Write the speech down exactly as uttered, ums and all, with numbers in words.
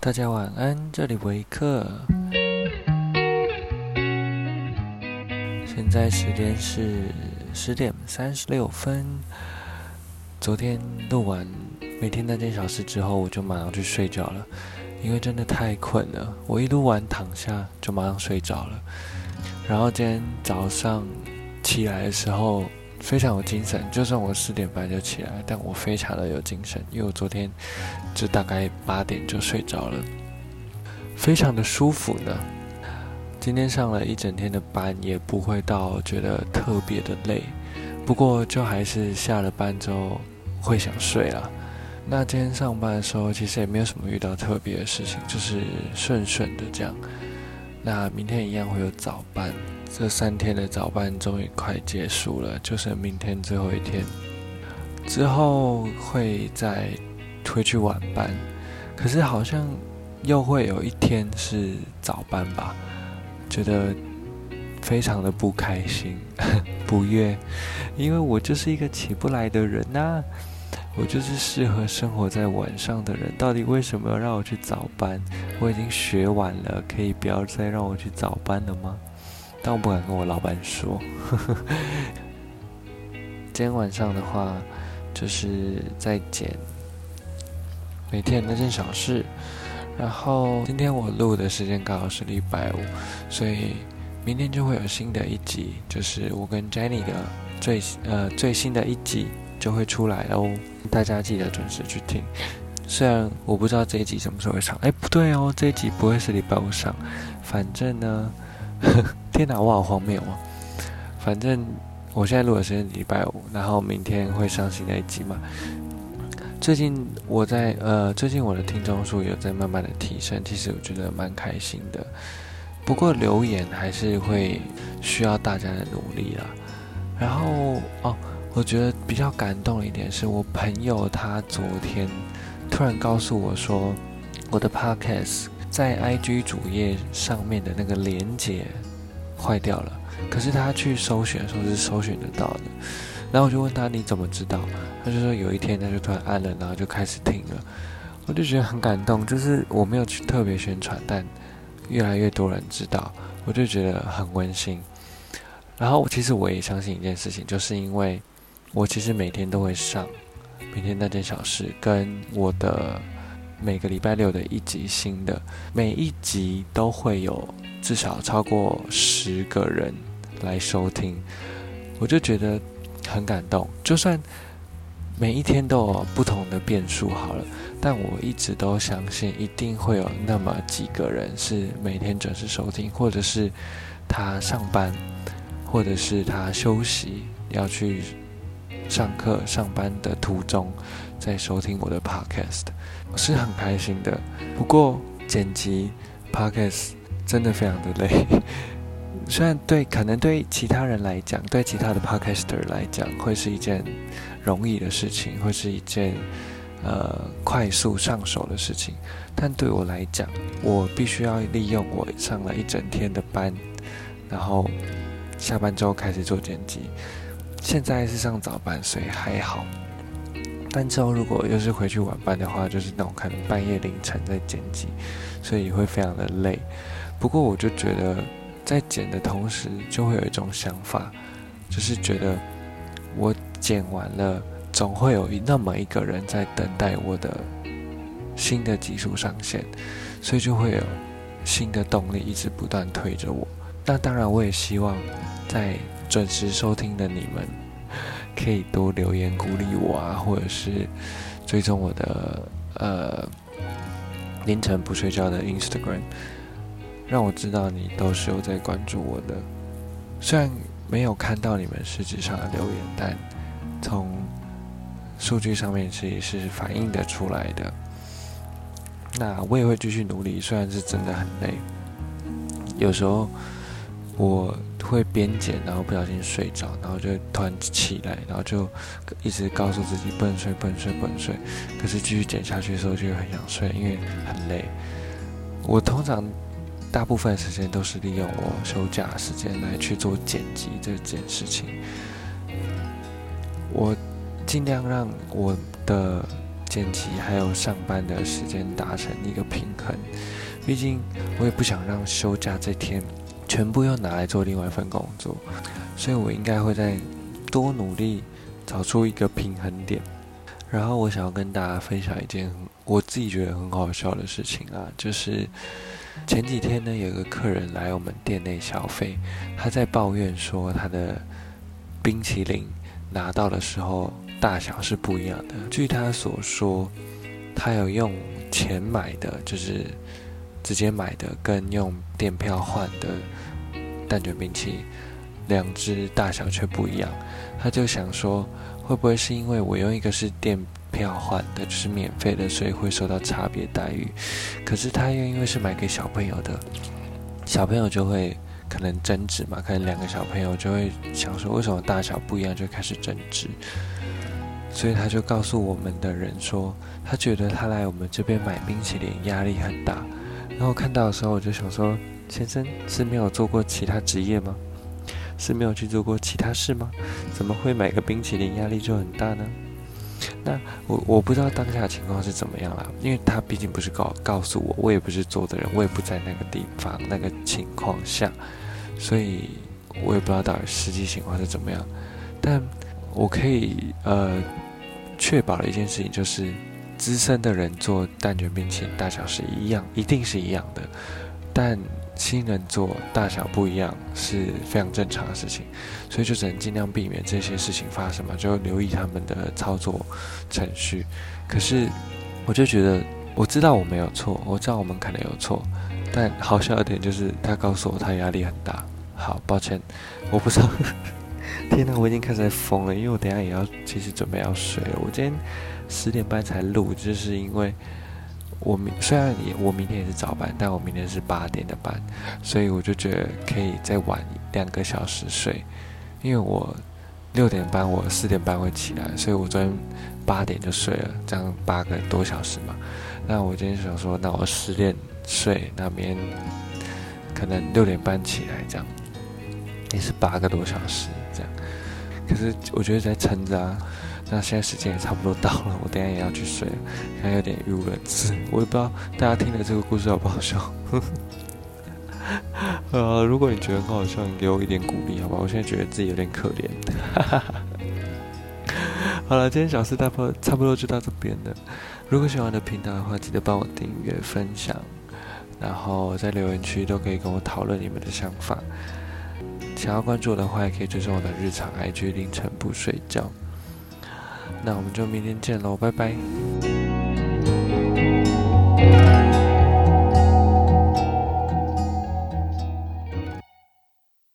大家晚安，这里维克。现在时间是十点三十六分。昨天录完每天那件小事之后，我就马上去睡觉了，因为真的太困了。我一录完躺下就马上睡着了。然后今天早上起来的时候非常有精神，就算我四点半就起来，但我非常的有精神，因为我昨天就大概八点就睡着了，非常的舒服呢。今天上了一整天的班，也不会到觉得特别的累，不过就还是下了班之后会想睡啦。那今天上班的时候其实也没有什么遇到特别的事情，就是顺顺的这样。那明天一样会有早班，这三天的早班终于快结束了，就剩明天最后一天，之后会再回去晚班，可是好像又会有一天是早班吧，觉得非常的不开心不悦，因为我就是一个起不来的人啊，我就是适合生活在晚上的人，到底为什么要让我去早班？我已经学完了，可以不要再让我去早班了吗？但我不敢跟我老板说今天晚上的话就是在剪每天那件小事，然后今天我录的时间刚好是礼拜五，所以明天就会有新的一集，就是我跟 Jenny 的最呃最新的一集就会出来哦，大家记得准时去听。虽然我不知道这一集什么时候会上，哎，不对哦，这一集不会是礼拜五上，反正呢，天哪，我好荒谬哦！反正我现在录的时间礼拜五，然后明天会上新的一集嘛。最近我在呃，最近我的听众数有在慢慢的提升，其实我觉得蛮开心的。不过留言还是会需要大家的努力啦。然后哦，我觉得比较感动的一点是我朋友他昨天突然告诉我说，我的 podcast 在 I G 主页上面的那个连结坏掉了，可是他去搜寻的时候是搜寻得到的。然后我就问他你怎么知道？他就说有一天他就突然按了，然后就开始听了。我就觉得很感动，就是我没有去特别宣传，但越来越多人知道，我就觉得很温馨。然后其实我也相信一件事情，就是因为我其实每天都会上每天那件小事跟我的每个礼拜六的一集新的，每一集都会有至少超过十个人来收听，我就觉得很感动。就算每一天都有不同的变数好了，但我一直都相信一定会有那么几个人是每天准时收听，或者是他上班，或者是他休息要去上课上班的途中在收听我的 podcast， 我是很开心的。不过剪辑 podcast 真的非常的累，虽然对可能对其他人来讲，对其他的 podcaster 来讲会是一件容易的事情，会是一件呃快速上手的事情，但对我来讲，我必须要利用我上了一整天的班，然后下班之后开始做剪辑。现在是上早班，所以还好。但之后如果又是回去晚班的话，就是那种可能半夜凌晨在剪辑，所以会非常的累。不过我就觉得，在剪的同时，就会有一种想法，就是觉得我剪完了，总会有那么一个人在等待我的新的集数上线，所以就会有新的动力一直不断推着我。那当然，我也希望在准时收听的你们可以多留言鼓励我啊，或者是追踪我的呃凌晨不睡觉的 Instagram， 让我知道你都是有在关注我的。虽然没有看到你们实质上的留言，但从数据上面其实是反映得出来的。那我也会继续努力，虽然是真的很累，有时候我会边剪，然后不小心睡着，然后就突然起来，然后就一直告诉自己不能睡不能睡不能睡，可是继续剪下去的时候就很想睡，因为很累。我通常大部分时间都是利用我休假的时间来去做剪辑这件事情，我尽量让我的剪辑还有上班的时间达成一个平衡。毕竟我也不想让休假这天全部又拿来做另外一份工作，所以我应该会再多努力找出一个平衡点。然后我想要跟大家分享一件我自己觉得很好笑的事情啊，就是前几天呢，有个客人来我们店内消费，他在抱怨说他的冰淇淋拿到的时候大小是不一样的。据他所说，他有用钱买的，就是直接买的，跟用店票换的蛋卷冰淇淋，两只大小却不一样。他就想说，会不会是因为我用一个是店票换的，就是免费的，所以会受到差别待遇？可是他又因为是买给小朋友的，小朋友就会可能争执嘛，可能两个小朋友就会想说，为什么大小不一样，就开始争执。所以他就告诉我们的人说，他觉得他来我们这边买冰淇淋压力很大。然后看到的时候，我就想说，先生是没有做过其他职业吗？是没有去做过其他事吗？怎么会买个冰淇淋压力就很大呢？那我我不知道当下的情况是怎么样啦，因为他毕竟不是告告诉我，我也不是做的人，我也不在那个地方那个情况下，所以我也不知道到底实际情况是怎么样。但我可以呃确保的一件事情就是，资深的人做蛋卷冰淇淋大小是一样，一定是一样的，但新人做大小不一样是非常正常的事情，所以就只能尽量避免这些事情发生嘛，就留意他们的操作程序。可是我就觉得，我知道我没有错，我知道我们可能有错，但好笑的点就是他告诉我他压力很大。好，抱歉，我不知道。天哪，我已经开始在疯了，因为我等一下也要，其实准备要睡了。我今天十点半才录，就是因为我明虽然也我明天也是早班，但我明天是八点的班，所以我就觉得可以再晚两个小时睡。因为我六点半，我四点半会起来，所以我昨天八点就睡了，这样八个多小时嘛。那我今天想说，那我十点睡，那明天可能六点半起来，这样也是八个多小时这样。可是我觉得在撑着啊。那现在时间也差不多到了，我等一下也要去睡了，现在有点语无伦次，我也不知道大家听了这个故事好不好笑。呃，如果你觉得很好笑，你给我一点鼓励好吧？我现在觉得自己有点可怜。好了，今天小事大破差不多就到这边了。如果喜欢我的频道的话，记得帮我订阅、分享，然后在留言区都可以跟我讨论你们的想法。想要关注我的话，也可以追踪我的日常 I G 凌晨不睡觉。那我们就明天见喽，拜拜。